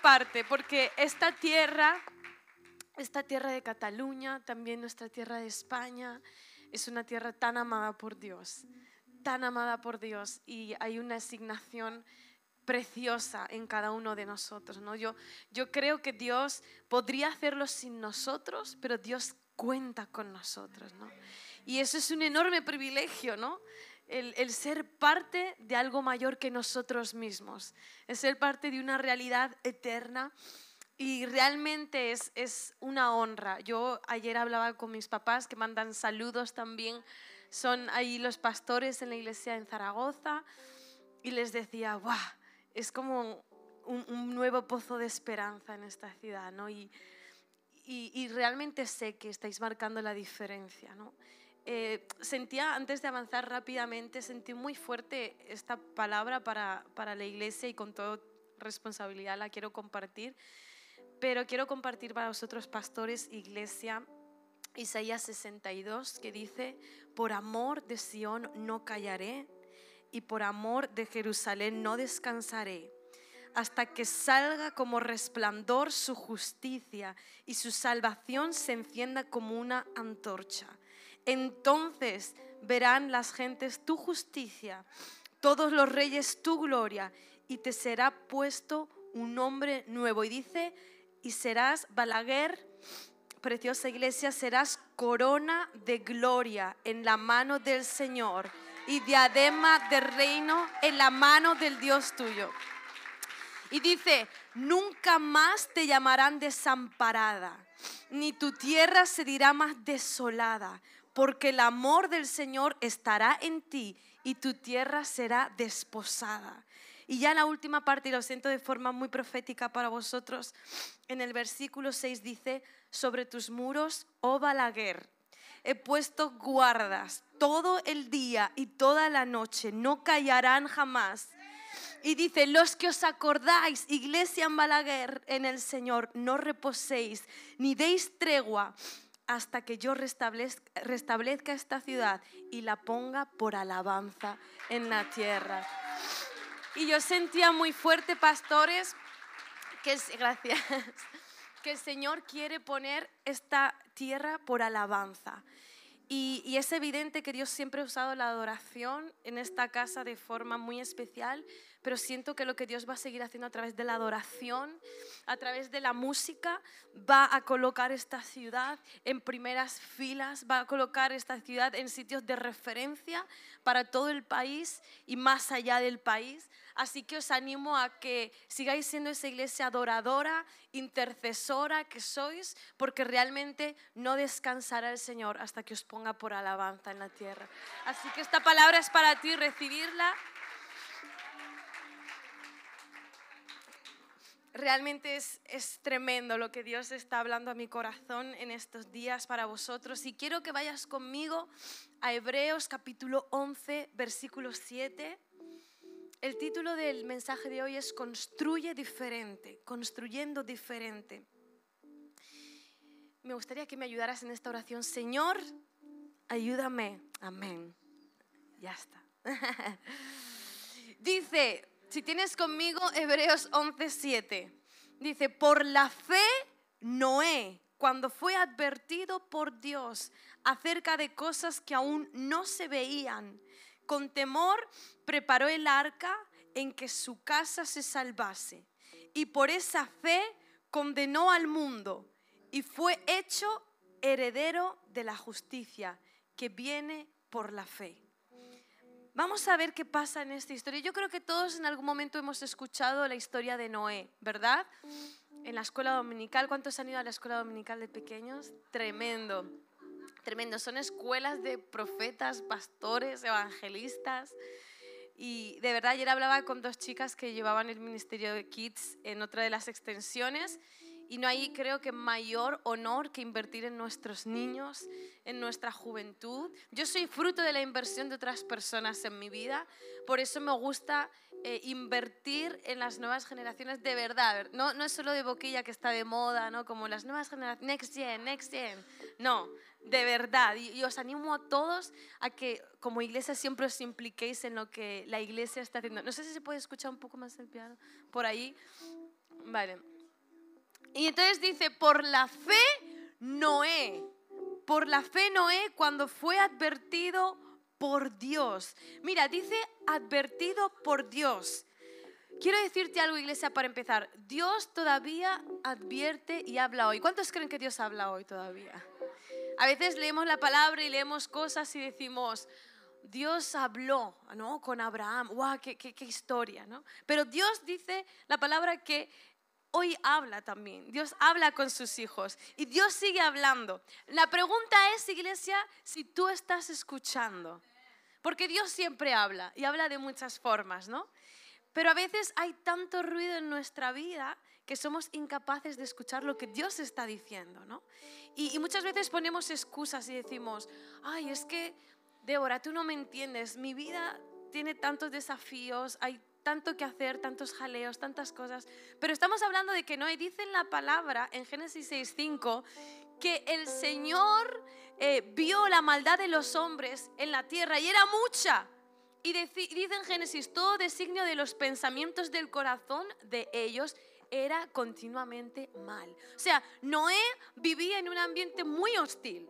parte, porque esta tierra de Cataluña, también nuestra tierra de España, es una tierra tan amada por Dios, y hay una asignación preciosa en cada uno de nosotros, ¿no? Yo creo que Dios podría hacerlo sin nosotros, pero Dios cuenta con nosotros, ¿no? Y eso es un enorme privilegio, ¿no? El ser parte de algo mayor que nosotros mismos, el ser parte de una realidad eterna. Y realmente es una honra. Yo ayer hablaba con mis papás que mandan saludos también. Son ahí los pastores en la iglesia en Zaragoza. Y les decía, ¡guau! Es como un nuevo pozo de esperanza en esta ciudad, ¿no? Y realmente sé que estáis marcando la diferencia, ¿no? Sentía, antes de avanzar rápidamente, sentí muy fuerte esta palabra para la iglesia y con toda responsabilidad la quiero compartir. Pero quiero compartir para vosotros, pastores, iglesia, Isaías 62, que dice: por amor de Sión no callaré y por amor de Jerusalén no descansaré, hasta que salga como resplandor su justicia y su salvación se encienda como una antorcha. Entonces verán las gentes tu justicia, todos los reyes tu gloria, y te será puesto un nombre nuevo. Y dice: y serás, Balaguer, preciosa iglesia, serás corona de gloria en la mano del Señor y diadema de reino en la mano del Dios tuyo. Y dice: nunca más te llamarán desamparada, ni tu tierra se dirá más desolada, porque el amor del Señor estará en ti y tu tierra será desposada. Y ya en la última parte, y lo siento de forma muy profética para vosotros, en el versículo 6 dice: sobre tus muros, oh Balaguer, he puesto guardas todo el día y toda la noche, no callarán jamás. Y dice: los que os acordáis, iglesia en Balaguer, en el Señor, no reposéis ni deis tregua hasta que yo restablezca esta ciudad y la ponga por alabanza en la tierra. Y yo sentía muy fuerte, pastores, gracias, que el Señor quiere poner esta tierra por alabanza. Y es evidente que Dios siempre ha usado la adoración en esta casa de forma muy especial, pero siento que lo que Dios va a seguir haciendo a través de la adoración, a través de la música, va a colocar esta ciudad en primeras filas, va a colocar esta ciudad en sitios de referencia para todo el país y más allá del país. Así que os animo a que sigáis siendo esa iglesia adoradora, intercesora que sois, porque realmente no descansará el Señor hasta que os ponga por alabanza en la tierra. Así que esta palabra es para ti, recibirla. Realmente es tremendo lo que Dios está hablando a mi corazón en estos días para vosotros. Y quiero que vayas conmigo a Hebreos capítulo 11, versículo 7. El título del mensaje de hoy es Construye diferente, construyendo diferente. Me gustaría que me ayudaras en esta oración. Señor, ayúdame. Amén. Ya está. Dice, si tienes conmigo, Hebreos 11:7. Dice: por la fe, Noé, cuando fue advertido por Dios acerca de cosas que aún no se veían, con temor preparó el arca en que su casa se salvase. Y por esa fe condenó al mundo y fue hecho heredero de la justicia que viene por la fe. Vamos a ver qué pasa en esta historia. Yo creo que todos en algún momento hemos escuchado la historia de Noé, ¿verdad? En la escuela dominical. ¿Cuántos han ido a la escuela dominical de pequeños? Tremendo. Tremendo, son escuelas de profetas, pastores, evangelistas. Y de verdad, ayer hablaba con dos chicas que llevaban el ministerio de Kids en otra de las extensiones. Y no hay, creo que, mayor honor que invertir en nuestros niños, en nuestra juventud. Yo soy fruto de la inversión de otras personas en mi vida. Por eso me gusta invertir en las nuevas generaciones de verdad. No es solo de boquilla que está de moda, ¿no? Como las nuevas generaciones, next gen. No, de verdad. Y os animo a todos a que como iglesia siempre os impliquéis en lo que la iglesia está haciendo. No sé si se puede escuchar un poco más el piano por ahí. Vale. Y entonces dice, por la fe Noé, cuando fue advertido por Dios. Mira, dice advertido por Dios. Quiero decirte algo, iglesia, para empezar. Dios todavía advierte y habla hoy. ¿Cuántos creen que Dios habla hoy todavía? A veces leemos la palabra y leemos cosas y decimos, Dios habló, ¿no?, con Abraham. ¡Wow! ¡Qué historia!, ¿no? Pero Dios dice la palabra que hoy habla también. Dios habla con sus hijos y Dios sigue hablando. La pregunta es, iglesia, si tú estás escuchando. Porque Dios siempre habla y habla de muchas formas, ¿no? Pero a veces hay tanto ruido en nuestra vida que somos incapaces de escuchar lo que Dios está diciendo, ¿no? Y muchas veces ponemos excusas y decimos, ay, es que, Débora, tú no me entiendes, mi vida tiene tantos desafíos, hay tanto que hacer, tantos jaleos, tantas cosas. Pero estamos hablando de que Noé dice en la palabra, en Génesis 6:5, que el Señor vio la maldad de los hombres en la tierra y era mucha. Y dice en Génesis, todo designio de los pensamientos del corazón de ellos era continuamente mal. O sea, Noé vivía en un ambiente muy hostil.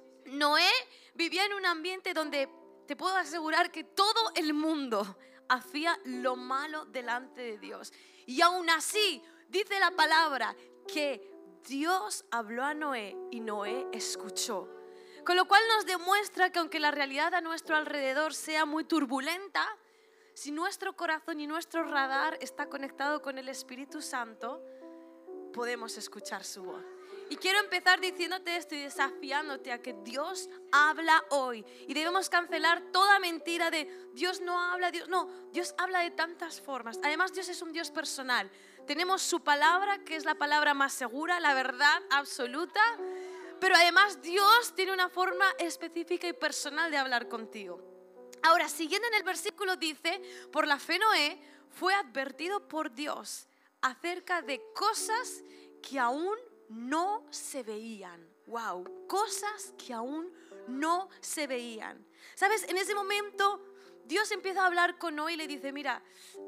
Noé vivía en un ambiente donde te puedo asegurar que todo el mundo hacía lo malo delante de Dios. Y aún así, dice la palabra que Dios habló a Noé y Noé escuchó. Con lo cual nos demuestra que aunque la realidad a nuestro alrededor sea muy turbulenta, si nuestro corazón y nuestro radar está conectado con el Espíritu Santo, podemos escuchar su voz. Y quiero empezar diciéndote esto y desafiándote a que Dios habla hoy. Y debemos cancelar toda mentira de Dios no habla, Dios habla de tantas formas. Además, Dios es un Dios personal. Tenemos su palabra, que es la palabra más segura, la verdad absoluta. Pero además Dios tiene una forma específica y personal de hablar contigo. Ahora, siguiendo en el versículo dice, por la fe Noé fue advertido por Dios acerca de cosas que aún no se veían. Wow, cosas que aún no se veían. ¿Sabes? En ese momento Dios empieza a hablar con Noé y le dice, mira,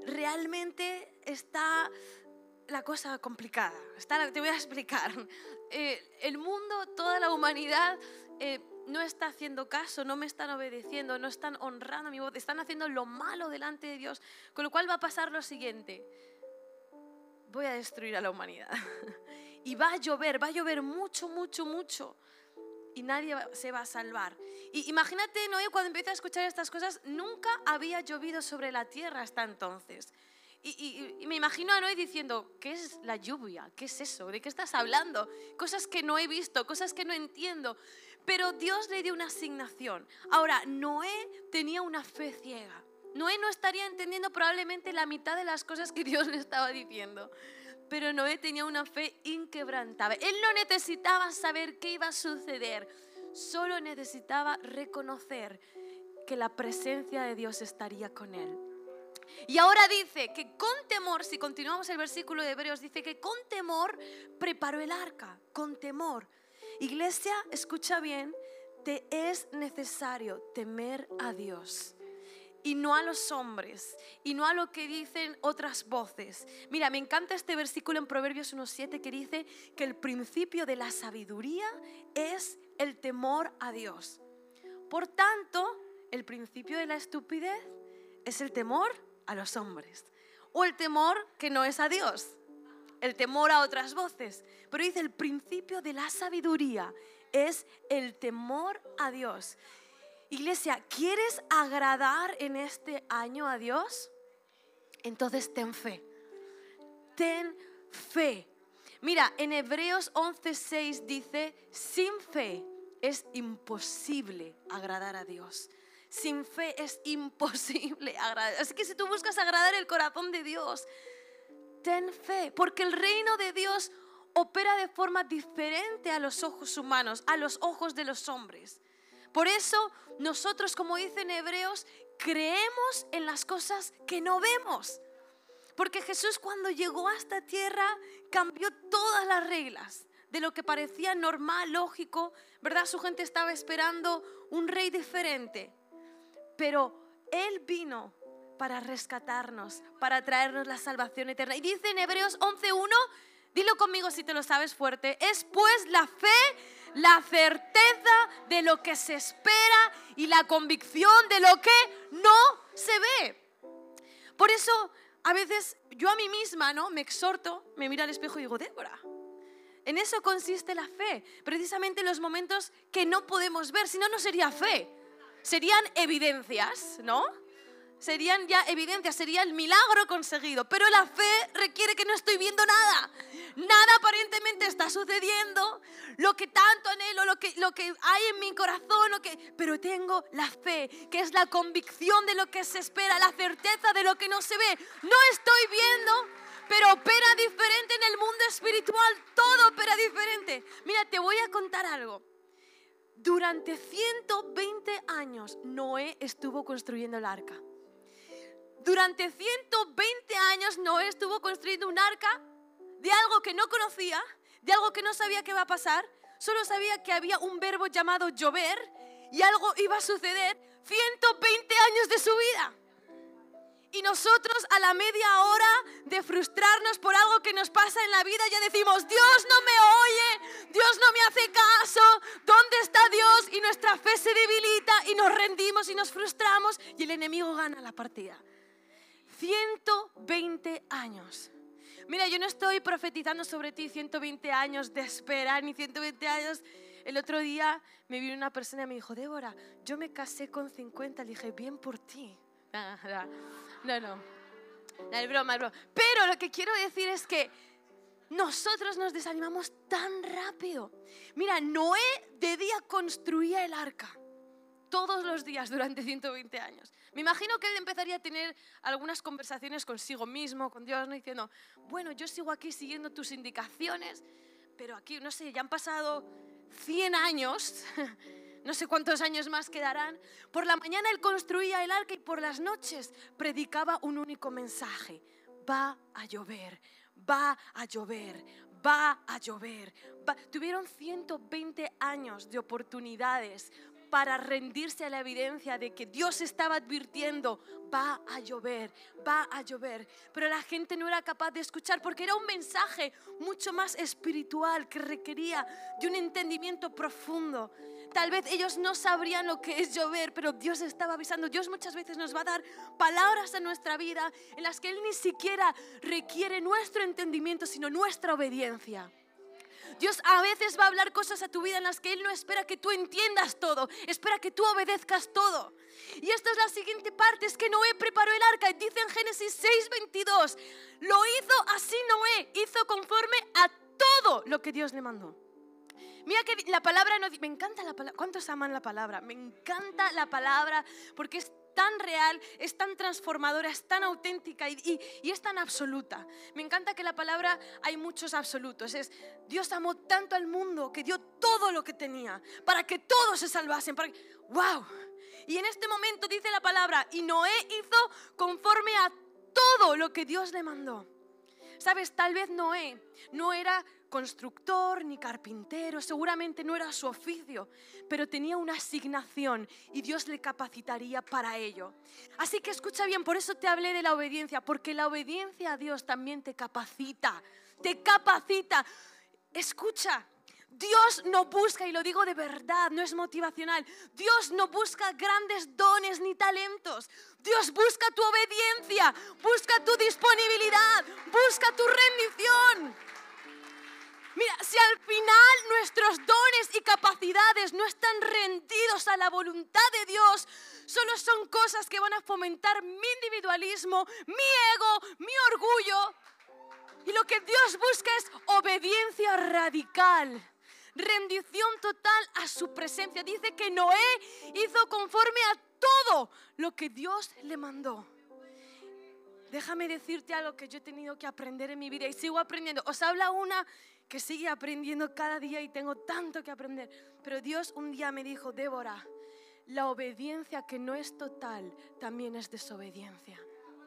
realmente está la cosa complicada. Te voy a explicar. El mundo, toda la humanidad no está haciendo caso, no me están obedeciendo, no están honrando mi voz, están haciendo lo malo delante de Dios. Con lo cual va a pasar lo siguiente. Voy a destruir a la humanidad. Y va a llover mucho, mucho, mucho. Y nadie se va a salvar. Y imagínate, Noé, cuando empieza a escuchar estas cosas, nunca había llovido sobre la tierra hasta entonces. Y me imagino a Noé diciendo, ¿qué es la lluvia? ¿Qué es eso? ¿De qué estás hablando? Cosas que no he visto, cosas que no entiendo. Pero Dios le dio una asignación. Ahora, Noé tenía una fe ciega. Noé no estaría entendiendo probablemente la mitad de las cosas que Dios le estaba diciendo. Pero Noé tenía una fe inquebrantable. Él no necesitaba saber qué iba a suceder. Solo necesitaba reconocer que la presencia de Dios estaría con él. Y ahora dice que con temor, si continuamos el versículo de Hebreos, dice que con temor preparó el arca, con temor. Iglesia, escucha bien, te es necesario temer a Dios y no a los hombres y no a lo que dicen otras voces. Mira, me encanta este versículo en Proverbios 1:7 que dice que el principio de la sabiduría es el temor a Dios. Por tanto, el principio de la estupidez es el temor a los hombres o el temor que no es a Dios, el temor a otras voces. Pero dice el principio de la sabiduría es el temor a Dios. Iglesia, ¿quieres agradar en este año a Dios? Entonces ten fe. Ten fe. Mira, en Hebreos 11:6 dice, sin fe es imposible agradar a Dios. Sin fe es imposible agradar. Así que si tú buscas agradar el corazón de Dios, ten fe, porque el reino de Dios opera de forma diferente a los ojos humanos, a los ojos de los hombres. Por eso nosotros, como dice en Hebreos, creemos en las cosas que no vemos. Porque Jesús, cuando llegó a esta tierra, cambió todas las reglas de lo que parecía normal, lógico, ¿verdad? Su gente estaba esperando un rey diferente. Pero Él vino para rescatarnos, para traernos la salvación eterna. Y dice en Hebreos 11:1, dilo Dilo conmigo si te lo sabes fuerte. Es pues la fe, la certeza de lo que se espera y la convicción de lo que no se ve. Por eso, a veces yo a mí misma, ¿no?, me exhorto, me miro al espejo y digo, Débora, en eso consiste la fe. Precisamente en los momentos que no podemos ver, si no, no sería fe. Serían evidencias, ¿no? Serían ya evidencias, sería el milagro conseguido. Pero la fe requiere que no estoy viendo nada. Nada aparentemente está sucediendo. Lo que tanto anhelo, lo que hay en mi corazón, pero tengo la fe, que es la convicción de lo que se espera, la certeza de lo que no se ve. No estoy viendo, pero opera diferente en el mundo espiritual. Todo opera diferente. Mira, te voy a contar algo. Durante 120 años Noé estuvo construyendo el arca. Durante 120 años Noé estuvo construyendo un arca de algo que no conocía, de algo que no sabía qué iba a pasar. Solo sabía que había un verbo llamado llover y algo iba a suceder. 120 años de su vida. Y nosotros a la media hora de frustrarnos por algo que nos pasa en la vida ya decimos, Dios no me oye, Dios no me hace caso, ¿dónde está Dios? Y nuestra fe se debilita y nos rendimos y nos frustramos y el enemigo gana la partida. 120 años. Mira, yo no estoy profetizando sobre ti 120 años de espera, ni 120 años. El otro día me vino una persona y me dijo, Débora, yo me casé con 50. Le dije, bien por ti. No, es broma. Pero lo que quiero decir es que nosotros nos desanimamos tan rápido. Mira, Noé de día construía el arca. Todos los días durante 120 años. Me imagino que él empezaría a tener algunas conversaciones consigo mismo, con Dios, ¿no? Diciendo, bueno, yo sigo aquí siguiendo tus indicaciones, pero aquí, no sé, ya han pasado 100 años, no sé cuántos años más quedarán. Por la mañana él construía el arca y por las noches predicaba un único mensaje. Va a llover, va a llover, va a llover. Tuvieron 120 años de oportunidades para rendirse a la evidencia de que Dios estaba advirtiendo, va a llover, va a llover. Pero la gente no era capaz de escuchar porque era un mensaje mucho más espiritual que requería de un entendimiento profundo. Tal vez ellos no sabrían lo que es llover, pero Dios estaba avisando. Dios muchas veces nos va a dar palabras en nuestra vida en las que Él ni siquiera requiere nuestro entendimiento, sino nuestra obediencia. Dios a veces va a hablar cosas a tu vida en las que Él no espera que tú entiendas todo, espera que tú obedezcas todo. Y esta es la siguiente parte, es que Noé preparó el arca y dice en Génesis 6:22, lo hizo así Noé, hizo conforme a todo lo que Dios le mandó. Mira que la palabra, me encanta la palabra, ¿cuántos aman la palabra? Me encanta la palabra porque es tan real, es tan transformadora, es tan auténtica y es tan absoluta. Me encanta que la palabra hay muchos absolutos. Es Dios amó tanto al mundo que dio todo lo que tenía para que todos se salvasen. ¡Wow! Y en este momento dice la palabra, y Noé hizo conforme a todo lo que Dios le mandó. ¿Sabes? Tal vez Noé no era constructor ni carpintero, seguramente no era su oficio, pero tenía una asignación y Dios le capacitaría para ello. Así que escucha bien, por eso te hablé de la obediencia, porque la obediencia a Dios también te capacita, te capacita. Escucha, Dios no busca, y lo digo de verdad, no es motivacional, Dios no busca grandes dones ni talentos. Dios busca tu obediencia, busca tu disponibilidad, busca tu rendición. Mira, si al final nuestros dones y capacidades no están rendidos a la voluntad de Dios, solo son cosas que van a fomentar mi individualismo, mi ego, mi orgullo. Y lo que Dios busca es obediencia radical, rendición total a su presencia. Dice que Noé hizo conforme a todo lo que Dios le mandó. Déjame decirte algo que yo he tenido que aprender en mi vida y sigo aprendiendo. Os habla una que sigue aprendiendo cada día y tengo tanto que aprender. Pero Dios un día me dijo, Débora, la obediencia que no es total también es desobediencia.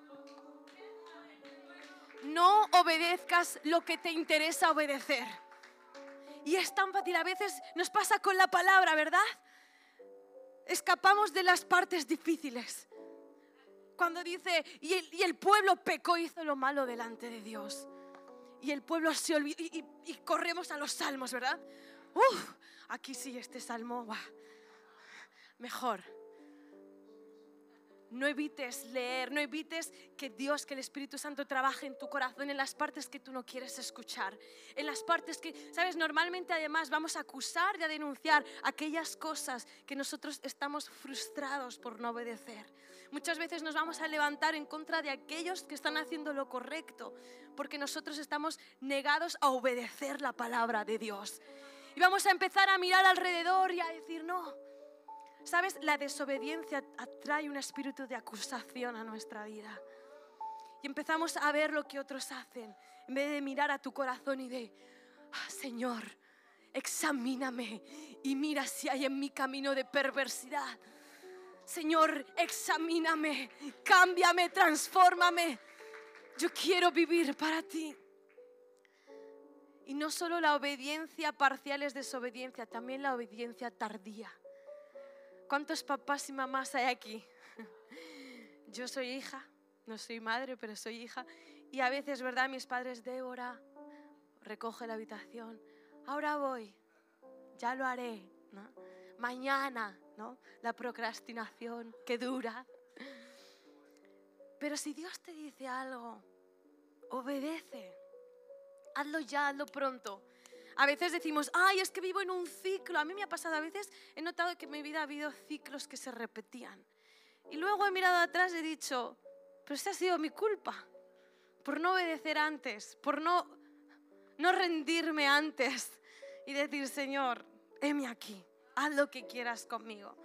No obedezcas lo que te interesa obedecer. Y es tan fácil, a veces nos pasa con la palabra, ¿verdad? Escapamos de las partes difíciles. Cuando dice, y el pueblo pecó, hizo lo malo delante de Dios. y el pueblo se olvida y corremos a los salmos, ¿verdad? Aquí sí, este salmo, mejor. No evites leer, no evites que Dios, que el Espíritu Santo trabaje en tu corazón en las partes que tú no quieres escuchar. En las partes que, ¿sabes? Normalmente además vamos a acusar y a denunciar aquellas cosas que nosotros estamos frustrados por no obedecer. Muchas veces nos vamos a levantar en contra de aquellos que están haciendo lo correcto, porque nosotros estamos negados a obedecer la palabra de Dios. Y vamos a empezar a mirar alrededor y a decir, no. ¿Sabes? La desobediencia atrae un espíritu de acusación a nuestra vida. Y empezamos a ver lo que otros hacen, en vez de mirar a tu corazón y de, Señor, examíname y mira si hay en mi camino de perversidad. Señor, examíname, cámbiame, transfórmame. Yo quiero vivir para ti. Y no solo la obediencia parcial es desobediencia, también la obediencia tardía. ¿Cuántos papás y mamás hay aquí? Yo soy hija, no soy madre, pero soy hija. Y a veces, ¿verdad? Mis padres, Débora, recoge la habitación. Ahora voy, ya lo haré, ¿no? Mañana, ¿no? La procrastinación que dura. Pero si Dios te dice algo, obedece. Hazlo ya, hazlo pronto. A veces decimos, es que vivo en un ciclo. A mí me ha pasado, a veces he notado que en mi vida ha habido ciclos que se repetían. Y luego he mirado atrás y he dicho, pero esta ha sido mi culpa. Por no obedecer antes, por no rendirme antes. Y decir, Señor, heme aquí, haz lo que quieras conmigo.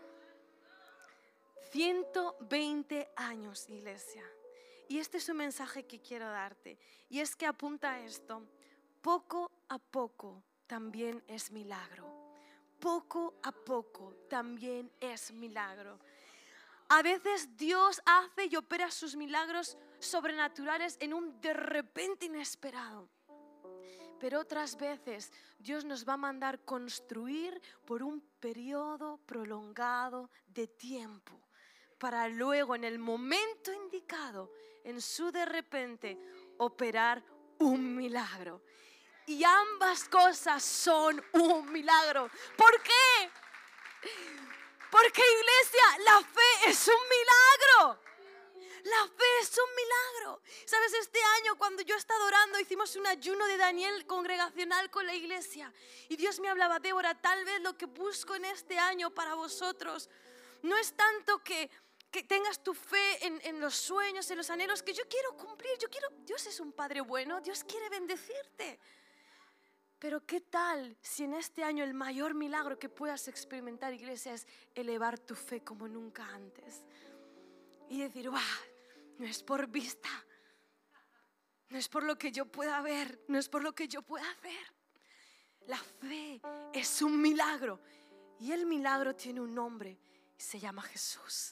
120 años, iglesia. Y este es un mensaje que quiero darte. Y es que apunta a esto. Poco a poco también es milagro. Poco a poco también es milagro. A veces Dios hace y opera sus milagros sobrenaturales en un de repente inesperado. Pero otras veces Dios nos va a mandar construir por un periodo prolongado de tiempo, para luego en el momento indicado, en su de repente, operar un milagro. Y ambas cosas son un milagro. ¿Por qué? Porque, iglesia, la fe es un milagro. La fe es un milagro. ¿Sabes? Este año cuando yo estaba orando hicimos un ayuno de Daniel congregacional con la iglesia. Y Dios me hablaba, Débora, tal vez lo que busco en este año para vosotros no es tanto que tengas tu fe en los sueños, en los anhelos que yo quiero cumplir. Dios es un Padre bueno, Dios quiere bendecirte. Pero ¿qué tal si en este año el mayor milagro que puedas experimentar, iglesia, es elevar tu fe como nunca antes? Y decir, no es por vista, no es por lo que yo pueda ver, no es por lo que yo pueda hacer. La fe es un milagro y el milagro tiene un nombre y se llama Jesús.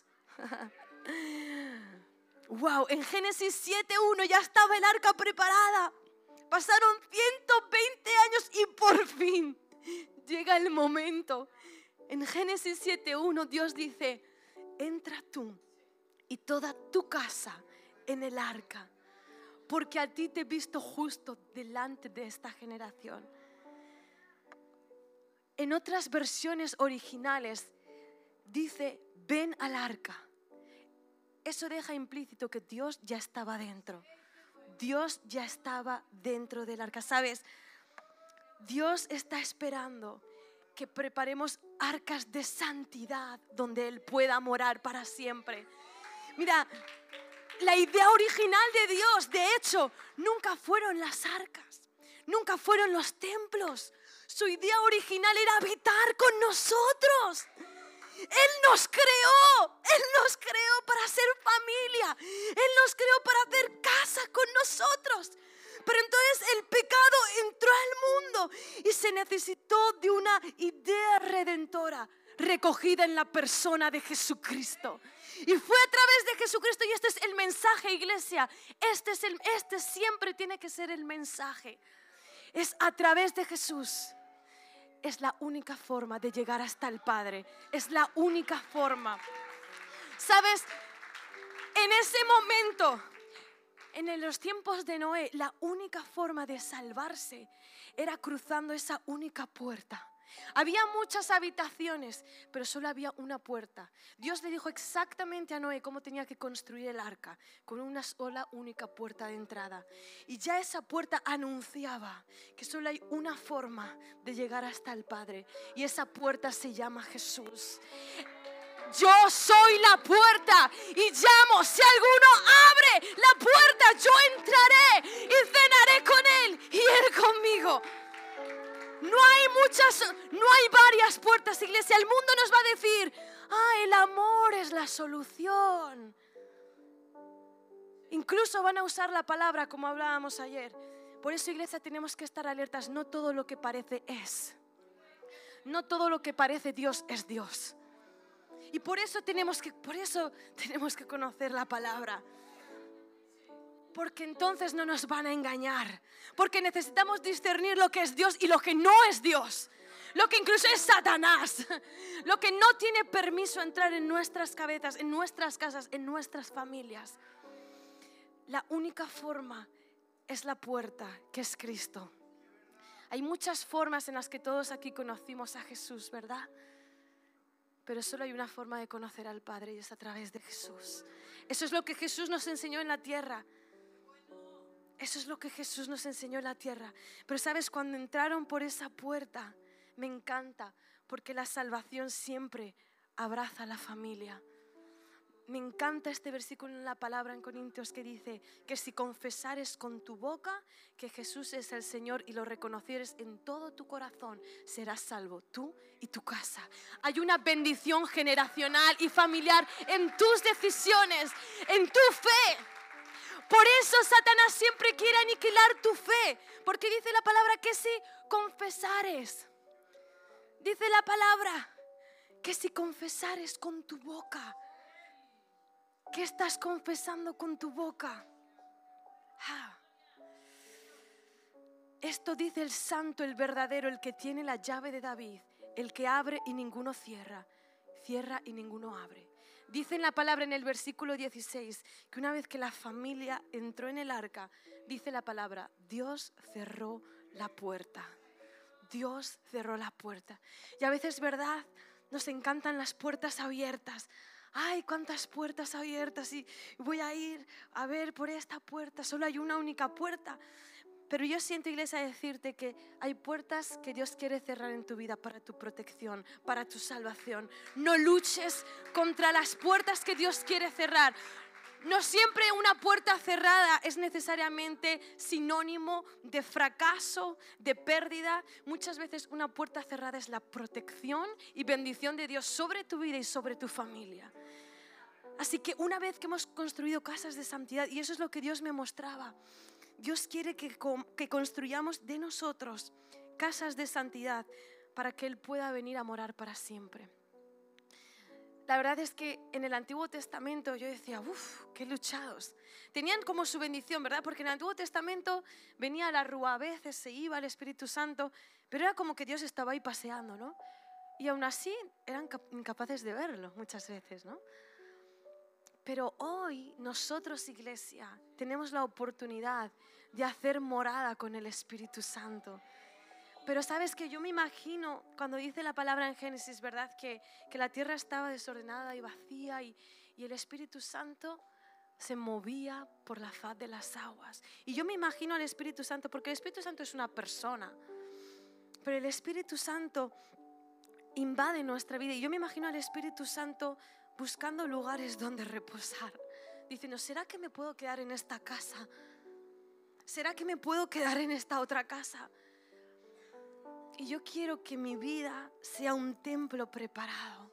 En Génesis 7:1 ya estaba el arca preparada. Pasaron 120 años y por fin llega el momento. En Génesis 7:1 Dios dice, entra tú y toda tu casa en el arca, porque a ti te he visto justo delante de esta generación. En otras versiones originales dice, ven al arca. Eso deja implícito que Dios ya estaba dentro. Dios ya estaba dentro del arca. ¿Sabes? Dios está esperando que preparemos arcas de santidad donde Él pueda morar para siempre. Mira, la idea original de Dios, de hecho, nunca fueron las arcas, nunca fueron los templos. Su idea original era habitar con nosotros. Él nos creó para ser familia. Él nos creó para hacer casa con nosotros. Pero entonces el pecado entró al mundo y se necesitó de una idea redentora recogida en la persona de Jesucristo. Y fue a través de Jesucristo, y este es el mensaje, iglesia. Este siempre tiene que ser el mensaje. Es a través de Jesús. Es la única forma de llegar hasta el Padre. Es la única forma. ¿Sabes? En ese momento En los tiempos de Noé, la única forma de salvarse era cruzando esa única puerta. Había muchas habitaciones, pero solo había una puerta. Dios le dijo exactamente a Noé cómo tenía que construir el arca, con una sola única puerta de entrada. Y ya esa puerta anunciaba que solo hay una forma de llegar hasta el Padre, y esa puerta se llama Jesús. Yo soy la puerta y llamo. Si alguno abre la puerta, yo entraré y cenaré con él y él conmigo. No hay varias puertas, iglesia. El mundo nos va a decir, el amor es la solución. Incluso van a usar la palabra como hablábamos ayer. Por eso, iglesia, tenemos que estar alertas. No todo lo que parece es. No todo lo que parece Dios es Dios. Y por eso tenemos que conocer la palabra. Porque entonces no nos van a engañar. Porque necesitamos discernir lo que es Dios y lo que no es Dios. Lo que incluso es Satanás. Lo que no tiene permiso a entrar en nuestras cabezas, en nuestras casas, en nuestras familias. La única forma es la puerta, que es Cristo. Hay muchas formas en las que todos aquí conocimos a Jesús, ¿verdad? Pero solo hay una forma de conocer al Padre, y es a través de Jesús. Eso es lo que Jesús nos enseñó en la tierra. Eso es lo que Jesús nos enseñó en la tierra. Pero sabes, cuando entraron por esa puerta, me encanta, porque la salvación siempre abraza a la familia. Me encanta este versículo en la palabra en Corintios que dice que si confesares con tu boca que Jesús es el Señor y lo reconocieres en todo tu corazón, serás salvo tú y tu casa. Hay una bendición generacional y familiar en tus decisiones, en tu fe. Por eso Satanás siempre quiere aniquilar tu fe, porque dice la palabra que si confesares, dice la palabra que si confesares con tu boca. ¿Qué estás confesando con tu boca? Esto dice el santo, el verdadero, el que tiene la llave de David, el que abre y ninguno cierra, cierra y ninguno abre. Dice en la palabra en el versículo 16 que una vez que la familia entró en el arca, dice la palabra, Dios cerró la puerta. Dios cerró la puerta. Y a veces, ¿verdad? Nos encantan las puertas abiertas. Ay, cuántas puertas abiertas, y voy a ir a ver por esta puerta. Solo hay una única puerta. Pero yo siento, iglesia, decirte que hay puertas que Dios quiere cerrar en tu vida para tu protección, para tu salvación. No luches contra las puertas que Dios quiere cerrar. No siempre una puerta cerrada es necesariamente sinónimo de fracaso, de pérdida. Muchas veces una puerta cerrada es la protección y bendición de Dios sobre tu vida y sobre tu familia. Así que una vez que hemos construido casas de santidad, y eso es lo que Dios me mostraba, Dios quiere que construyamos de nosotros casas de santidad para que Él pueda venir a morar para siempre. La verdad es que en el Antiguo Testamento yo decía, qué luchados. Tenían como su bendición, ¿verdad? Porque en el Antiguo Testamento venía la rúa, a veces se iba el Espíritu Santo, pero era como que Dios estaba ahí paseando, ¿no? Y aún así eran incapaces de verlo muchas veces, ¿no? Pero hoy nosotros, iglesia, tenemos la oportunidad de hacer morada con el Espíritu Santo. Pero sabes que yo me imagino, cuando dice la palabra en Génesis, ¿verdad? Que la tierra estaba desordenada y vacía y el Espíritu Santo se movía por la faz de las aguas. Y yo me imagino al Espíritu Santo, porque el Espíritu Santo es una persona, pero el Espíritu Santo invade nuestra vida. Y yo me imagino al Espíritu Santo buscando lugares donde reposar, diciendo, ¿será que me puedo quedar en esta casa? ¿Será que me puedo quedar en esta otra casa? Y yo quiero que mi vida sea un templo preparado.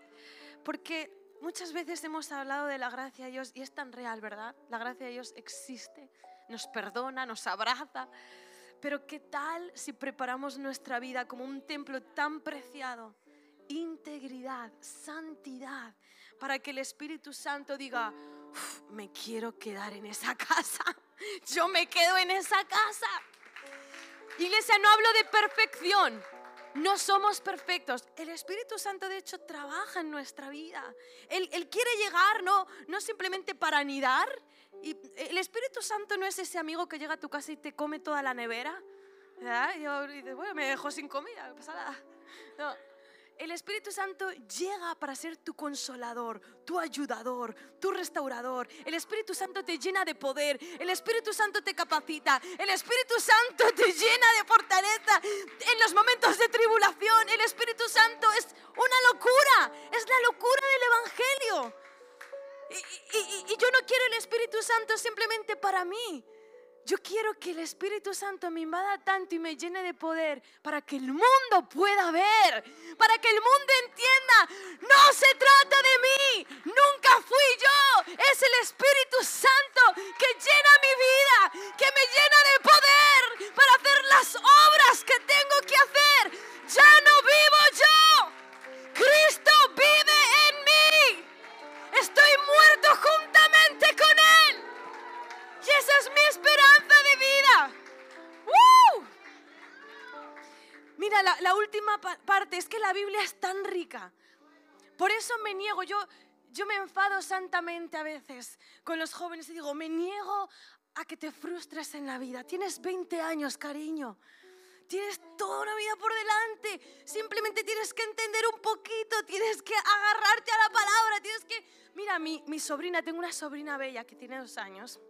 Porque muchas veces hemos hablado de la gracia de Dios y es tan real, ¿verdad? La gracia de Dios existe, nos perdona, nos abraza. Pero ¿qué tal si preparamos nuestra vida como un templo tan preciado? Integridad, santidad, para que el Espíritu Santo diga, me quiero quedar en esa casa. Yo me quedo en esa casa. Iglesia, no hablo de perfección, no somos perfectos. El Espíritu Santo de hecho trabaja en nuestra vida. Él quiere llegar no simplemente para anidar Y el Espíritu Santo no es ese amigo que llega a tu casa y te come toda la nevera, ¿verdad? Y dices, bueno, me dejó sin comida, no pasa nada. No. El Espíritu Santo llega para ser tu consolador, tu ayudador, tu restaurador. El Espíritu Santo te llena de poder. El Espíritu Santo te capacita. El Espíritu Santo te llena de fortaleza en los momentos de tribulación. El Espíritu Santo es una locura. Es la locura del Evangelio. Y yo no quiero el Espíritu Santo simplemente para mí. Yo quiero que el Espíritu Santo me invada tanto y me llene de poder para que el mundo pueda ver, para que el mundo entienda, no se trata de mí, nunca fui yo, es el Espíritu Santo que llena mi vida, que me llena de poder para hacer las obras que tengo que hacer. Ya no vivo yo, Cristo vive en mí, estoy muerto juntamente con Él. Y esa es mi esperanza de vida. ¡Woo! Mira, la última parte es que la Biblia es tan rica. Por eso me niego, yo me enfado santamente a veces con los jóvenes y digo, me niego a que te frustres en la vida. Tienes 20 años, cariño. Tienes toda una vida por delante. Simplemente tienes que entender un poquito, tienes que agarrarte a la palabra, tienes que... Mira, mi sobrina, tengo una sobrina bella que tiene 2 años.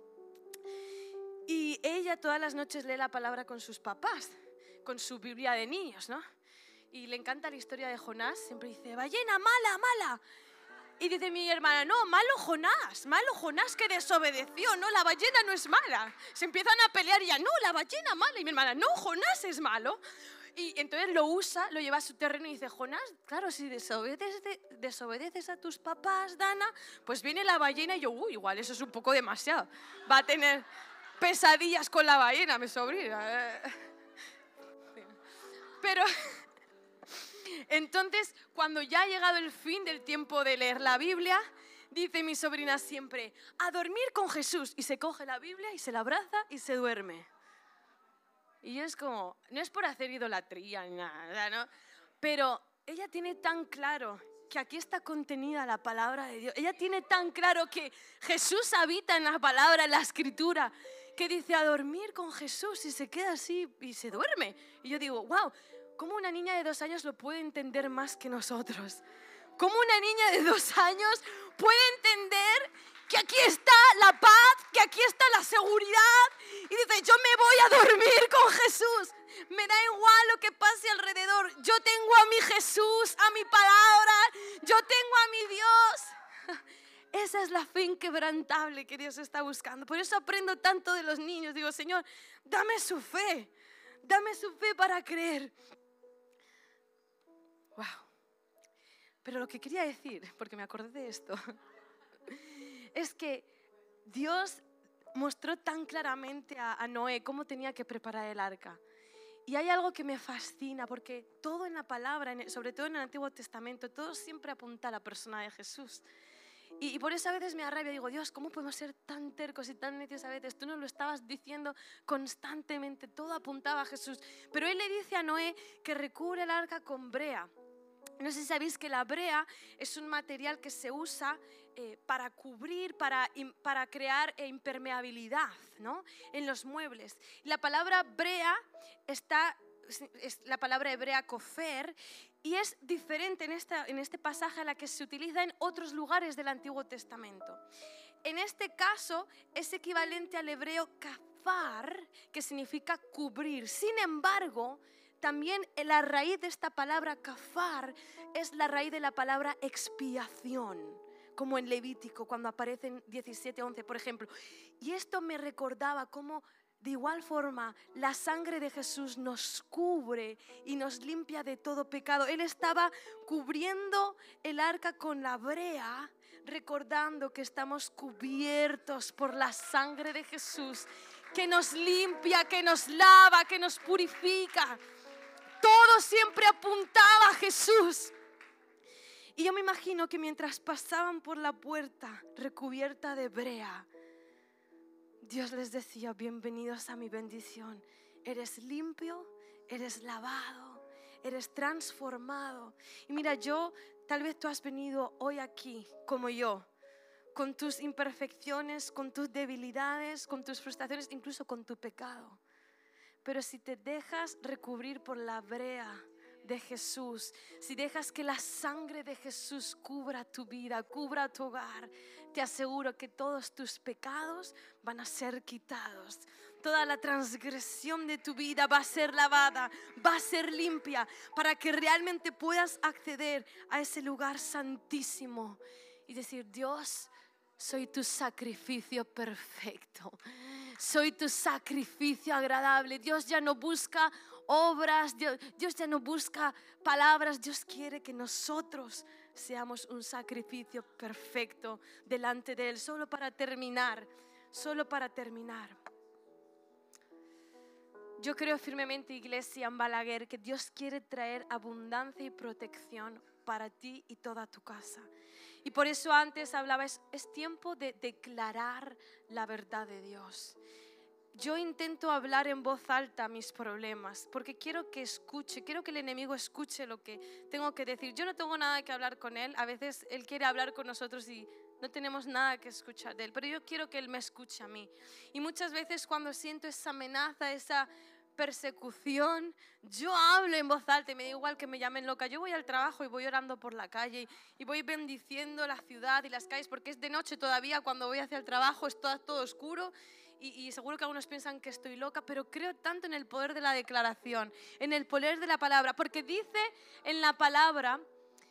Y ella todas las noches lee la palabra con sus papás, con su Biblia de niños, ¿no? Y le encanta la historia de Jonás, siempre dice, ballena mala, mala. Y dice mi hermana, no, malo Jonás que desobedeció, no, la ballena no es mala. Se empiezan a pelear y ya, no, la ballena mala. Y mi hermana, no, Jonás es malo. Y entonces lo usa, lo lleva a su terreno y dice, Jonás, claro, si desobedeces a tus papás, Dana, pues viene la ballena y yo, igual eso es un poco demasiado. Va a tener... pesadillas con la ballena, mi sobrina. Pero entonces, cuando ya ha llegado el fin del tiempo de leer la Biblia, dice mi sobrina siempre, a dormir con Jesús. Y se coge la Biblia y se la abraza y se duerme. Y yo es como, no es por hacer idolatría ni nada, ¿no? Pero ella tiene tan claro que aquí está contenida la palabra de Dios. Ella tiene tan claro que Jesús habita en la palabra, en la escritura, que dice a dormir con Jesús y se queda así y se duerme. Y yo digo, wow, ¿cómo una niña de 2 años lo puede entender más que nosotros? ¿Cómo una niña de 2 años puede entender que aquí está la paz, que aquí está la seguridad? Y dice, yo me voy a dormir con Jesús. Me da igual lo que pase alrededor. Yo tengo a mi Jesús, a mi palabra. Yo tengo a mi Dios. Esa es la fe inquebrantable que Dios está buscando. Por eso aprendo tanto de los niños. Digo, Señor, dame su fe. Dame su fe para creer. Wow. Pero lo que quería decir, porque me acordé de esto, es que Dios mostró tan claramente a Noé cómo tenía que preparar el arca. Y hay algo que me fascina, porque todo en la palabra, sobre todo en el Antiguo Testamento, todo siempre apunta a la persona de Jesús. Y por eso a veces me arrabia, digo, Dios, ¿cómo podemos ser tan tercos y tan necios a veces? Tú nos lo estabas diciendo constantemente, todo apuntaba a Jesús. Pero Él le dice a Noé que recubre el arca con brea. No sé si sabéis que la brea es un material que se usa para cubrir, para crear impermeabilidad, ¿no? En los muebles. La palabra brea es la palabra hebrea kofer y es diferente en este pasaje a la que se utiliza en otros lugares del Antiguo Testamento. En este caso es equivalente al hebreo kafar, que significa cubrir. Sin embargo, también la raíz de esta palabra kafar es la raíz de la palabra expiación, como en Levítico cuando aparece en 17:11, por ejemplo. Y esto me recordaba cómo de igual forma la sangre de Jesús nos cubre y nos limpia de todo pecado. Él estaba cubriendo el arca con la brea, recordando que estamos cubiertos por la sangre de Jesús, que nos limpia, que nos lava, que nos purifica. Todo siempre apuntaba a Jesús. Y yo me imagino que mientras pasaban por la puerta recubierta de brea, Dios les decía, bienvenidos a mi bendición. Eres limpio, eres lavado, eres transformado. Y mira, tal vez tú has venido hoy aquí como yo, con tus imperfecciones, con tus debilidades, con tus frustraciones, incluso con tu pecado. Pero si te dejas recubrir por la brea de Jesús, si dejas que la sangre de Jesús cubra tu vida, cubra tu hogar, te aseguro que todos tus pecados van a ser quitados. Toda la transgresión de tu vida va a ser lavada, va a ser limpia, para que realmente puedas acceder a ese lugar santísimo y decir: Dios, soy tu sacrificio perfecto, soy tu sacrificio agradable. Dios ya no busca obras, Dios ya no busca palabras. Dios quiere que nosotros seamos un sacrificio perfecto delante de Él. Solo para terminar, yo creo firmemente, iglesia en Balaguer, que Dios quiere traer abundancia y protección para ti y toda tu casa. Y por eso antes hablaba, es tiempo de declarar la verdad de Dios. Yo intento hablar en voz alta mis problemas, porque quiero que el enemigo escuche lo que tengo que decir. Yo no tengo nada que hablar con él, a veces él quiere hablar con nosotros y no tenemos nada que escuchar de él, pero yo quiero que él me escuche a mí. Y muchas veces cuando siento esa amenaza, esa persecución, yo hablo en voz alta y me da igual que me llamen loca. Yo voy al trabajo y voy orando por la calle y voy bendiciendo la ciudad y las calles, porque es de noche todavía cuando voy hacia el trabajo, está todo oscuro. Y seguro que algunos piensan que estoy loca, pero creo tanto en el poder de la declaración, en el poder de la palabra, porque dice en la palabra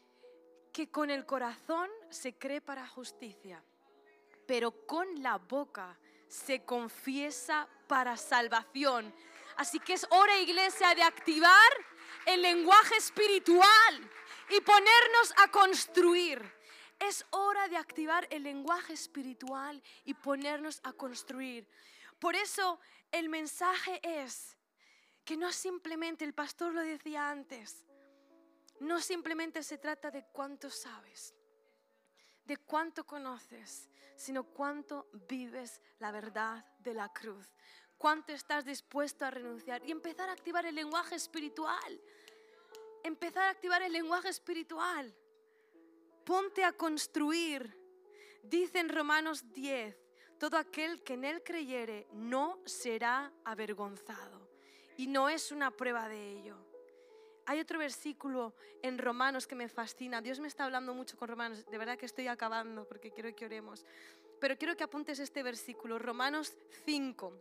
que con el corazón se cree para justicia, pero con la boca se confiesa para salvación. Así que es hora, iglesia, de activar el lenguaje espiritual y ponernos a construir. Es hora de activar el lenguaje espiritual y ponernos a construir. Por eso el mensaje es que no simplemente, el pastor lo decía antes, no simplemente se trata de cuánto sabes, de cuánto conoces, sino cuánto vives la verdad de la cruz. Cuánto estás dispuesto a renunciar y empezar a activar el lenguaje espiritual. Empezar a activar el lenguaje espiritual. Ponte a construir. Dice en Romanos 10, todo aquel que en él creyere no será avergonzado. Y no es una prueba de ello. Hay otro versículo en Romanos que me fascina. Dios me está hablando mucho con Romanos. De verdad que estoy acabando porque quiero que oremos. Pero quiero que apuntes este versículo. Romanos 5.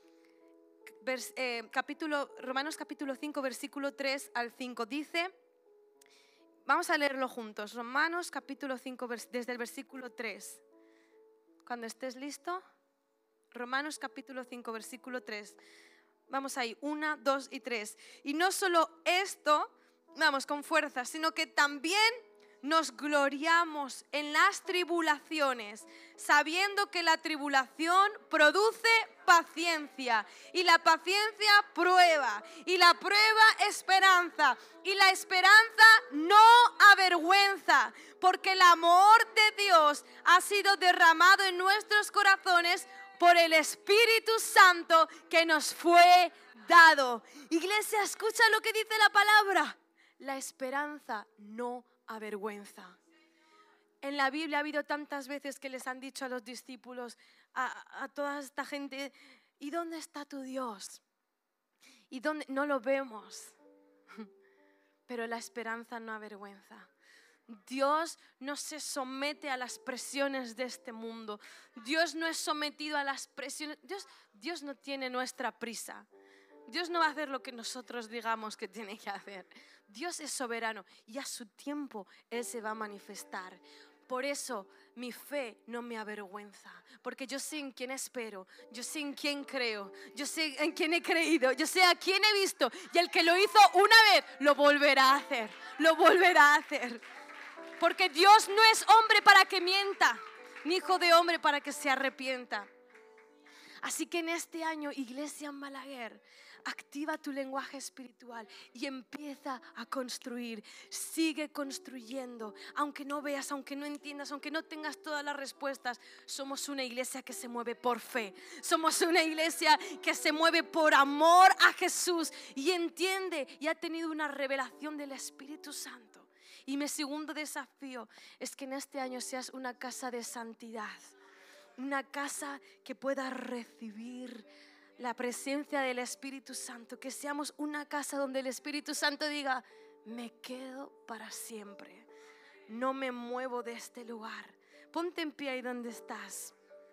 Romanos capítulo 5, versículo 3 al 5. Dice... Vamos a leerlo juntos. Romanos capítulo 5, desde el versículo 3. Cuando estés listo. Romanos capítulo 5, versículo 3. Vamos ahí, 1, 2 y 3. Y no solo esto, vamos con fuerza, sino que también nos gloriamos en las tribulaciones, sabiendo que la tribulación produce paciencia, y la paciencia prueba, y la prueba esperanza, y la esperanza no avergüenza, porque el amor de Dios ha sido derramado en nuestros corazones por el Espíritu Santo que nos fue dado. Iglesia, escucha lo que dice la palabra. La esperanza no avergüenza. En la Biblia ha habido tantas veces que les han dicho a los discípulos, a toda esta gente: ¿y dónde está tu Dios? ¿Y dónde? No lo vemos. Pero la esperanza no avergüenza. Dios no se somete a las presiones de este mundo. Dios no es sometido a las presiones. Dios no tiene nuestra prisa. Dios no va a hacer lo que nosotros digamos que tiene que hacer. Dios es soberano y a su tiempo Él se va a manifestar. Por eso mi fe no me avergüenza, porque yo sé en quién espero, yo sé en quién creo, yo sé en quién he creído, yo sé a quién he visto, y el que lo hizo una vez lo volverá a hacer, lo volverá a hacer. Porque Dios no es hombre para que mienta, ni hijo de hombre para que se arrepienta. Así que en este año, Iglesia en Balaguer, activa tu lenguaje espiritual y empieza a construir. Sigue construyendo, aunque no veas, aunque no entiendas, aunque no tengas todas las respuestas. Somos una iglesia que se mueve por fe. Somos una iglesia que se mueve por amor a Jesús y entiende y ha tenido una revelación del Espíritu Santo. Y mi segundo desafío es que en este año seas una casa de santidad, una casa que pueda recibir la presencia del Espíritu Santo, que seamos una casa donde el Espíritu Santo diga: me quedo para siempre, no me muevo de este lugar. Ponte en pie ahí donde estás.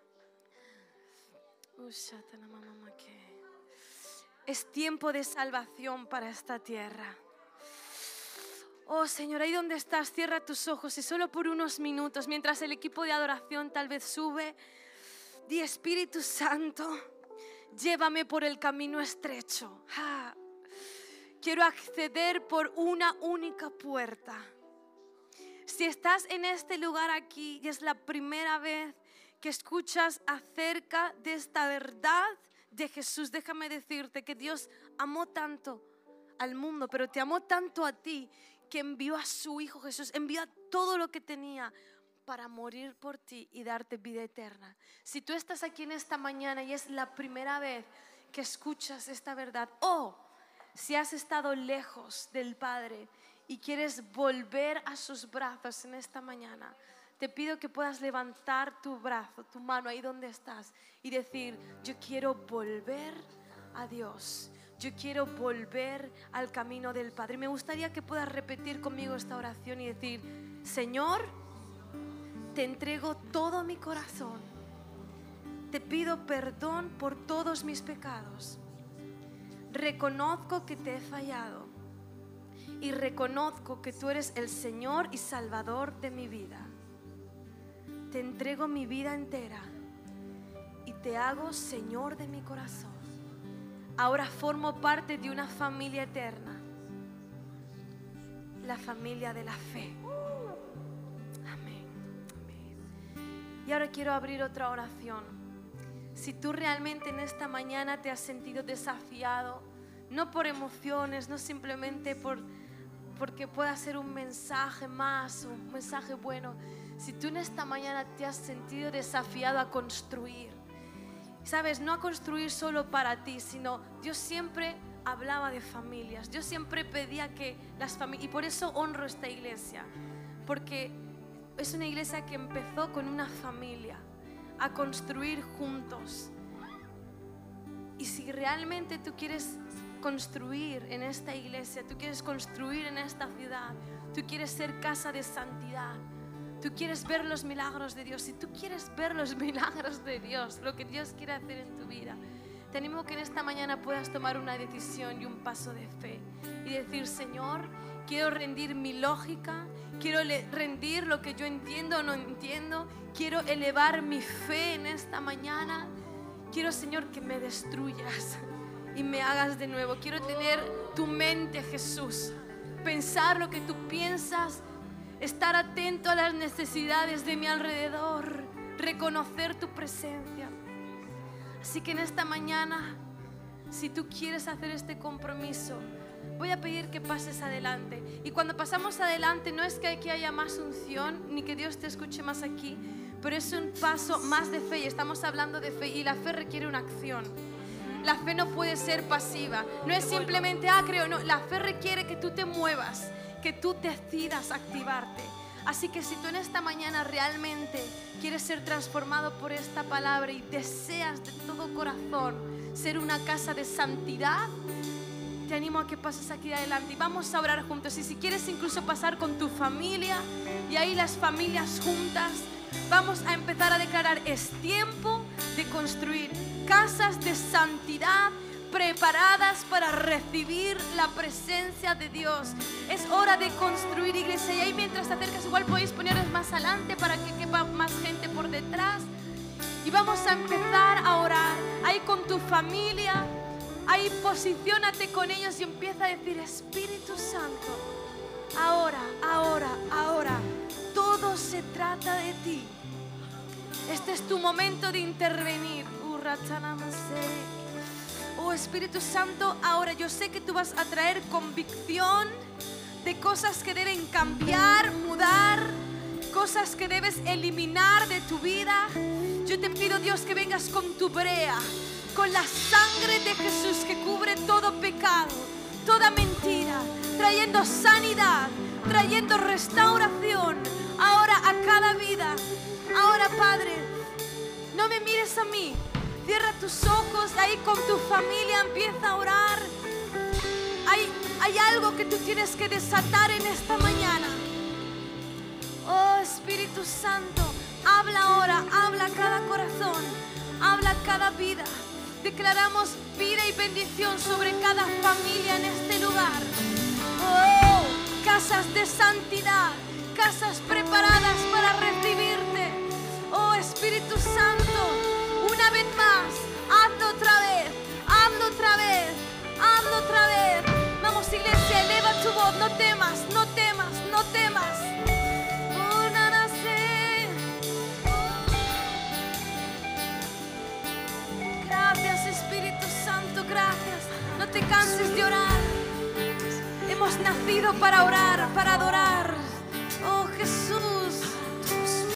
Es tiempo de salvación para esta tierra. Oh Señor, ahí donde estás, cierra tus ojos y solo por unos minutos, mientras el equipo de adoración tal vez sube, di: Espíritu Santo, llévame por el camino estrecho. Quiero acceder por una única puerta. Si estás en este lugar aquí y es la primera vez que escuchas acerca de esta verdad de Jesús, déjame decirte que Dios amó tanto al mundo, pero te amó tanto a ti, que envió a su Hijo Jesús, envió todo lo que tenía para morir por ti y darte vida eterna. Si tú estás aquí en esta mañana y es la primera vez que escuchas esta verdad, o si has estado lejos del Padre y quieres volver a sus brazos en esta mañana, te pido que puedas levantar tu brazo, tu mano ahí donde estás y decir: yo quiero volver a Dios. Yo quiero volver al camino del Padre. Me gustaría que puedas repetir conmigo esta oración y decir: Señor, te entrego todo mi corazón. Te pido perdón por todos mis pecados. Reconozco que te he fallado y reconozco que tú eres el Señor y Salvador de mi vida. Te entrego mi vida entera y te hago Señor de mi corazón. Ahora formo parte de una familia eterna, la familia de la fe. Amén. Amén. Y ahora quiero abrir otra oración. Si tú realmente en esta mañana te has sentido desafiado, no por emociones, no simplemente porque pueda ser un mensaje más, un mensaje bueno. Si tú en esta mañana te has sentido desafiado a construir, ¿sabes? No a construir solo para ti, sino Dios siempre hablaba de familias. Dios siempre pedía que las familias, y por eso honro esta iglesia, porque es una iglesia que empezó con una familia, a construir juntos. Y si realmente tú quieres construir en esta iglesia, tú quieres construir en esta ciudad, tú quieres ser casa de santidad, tú quieres ver los milagros de Dios, si tú quieres ver los milagros de Dios, lo que Dios quiere hacer en tu vida, te animo que en esta mañana puedas tomar una decisión y un paso de fe y decir: Señor, quiero rendir mi lógica, quiero rendir lo que yo entiendo o no entiendo, quiero elevar mi fe en esta mañana. Quiero, Señor, que me destruyas y me hagas de nuevo. Quiero tener tu mente, Jesús, pensar lo que tú piensas, estar atento a las necesidades de mi alrededor, reconocer tu presencia. Así que en esta mañana, si tú quieres hacer este compromiso, voy a pedir que pases adelante. Y cuando pasamos adelante, no es que aquí haya más unción, ni que Dios te escuche más aquí, pero es un paso más de fe, y estamos hablando de fe, y la fe requiere una acción. La fe no puede ser pasiva, no es simplemente creo, no, la fe requiere que tú te muevas, que tú decidas activarte. Así que si tú en esta mañana realmente quieres ser transformado por esta palabra y deseas de todo corazón ser una casa de santidad, te animo a que pases aquí adelante y vamos a orar juntos. Y si quieres incluso pasar con tu familia y ahí las familias juntas, vamos a empezar a declarar: es tiempo de construir casas de santidad preparadas para recibir la presencia de Dios. Es hora de construir, iglesia. Y ahí mientras te acercas, igual podéis poneros más adelante para que quepa más gente por detrás. Y vamos a empezar a orar ahí con tu familia. Ahí posiciónate con ellos y empieza a decir: Espíritu Santo, ahora, ahora, ahora, todo se trata de ti. Este es tu momento de intervenir. Oh Espíritu Santo, ahora yo sé que tú vas a traer convicción de cosas que deben cambiar, mudar, cosas que debes eliminar de tu vida. Yo te pido, Dios, que vengas con tu brea, con la sangre de Jesús que cubre todo pecado, toda mentira, trayendo sanidad, trayendo restauración ahora a cada vida. Ahora, Padre, no me mires a mí. Cierra tus ojos ahí con tu familia, empieza a orar. Hay algo que tú tienes que desatar en esta mañana. Oh, Espíritu Santo, habla ahora, habla a cada corazón, habla a cada vida. Declaramos vida y bendición sobre cada familia en este lugar. Oh, casas de santidad, casas preparadas para recibirte. Oh, Espíritu Santo, una vez más, hazlo otra vez, hazlo otra vez, hazlo otra vez. Vamos, iglesia, eleva tu voz, no temas, no temas, no temas. Oh, nada sé. Gracias, Espíritu Santo, gracias. No te canses de orar. Hemos nacido para orar, para adorar.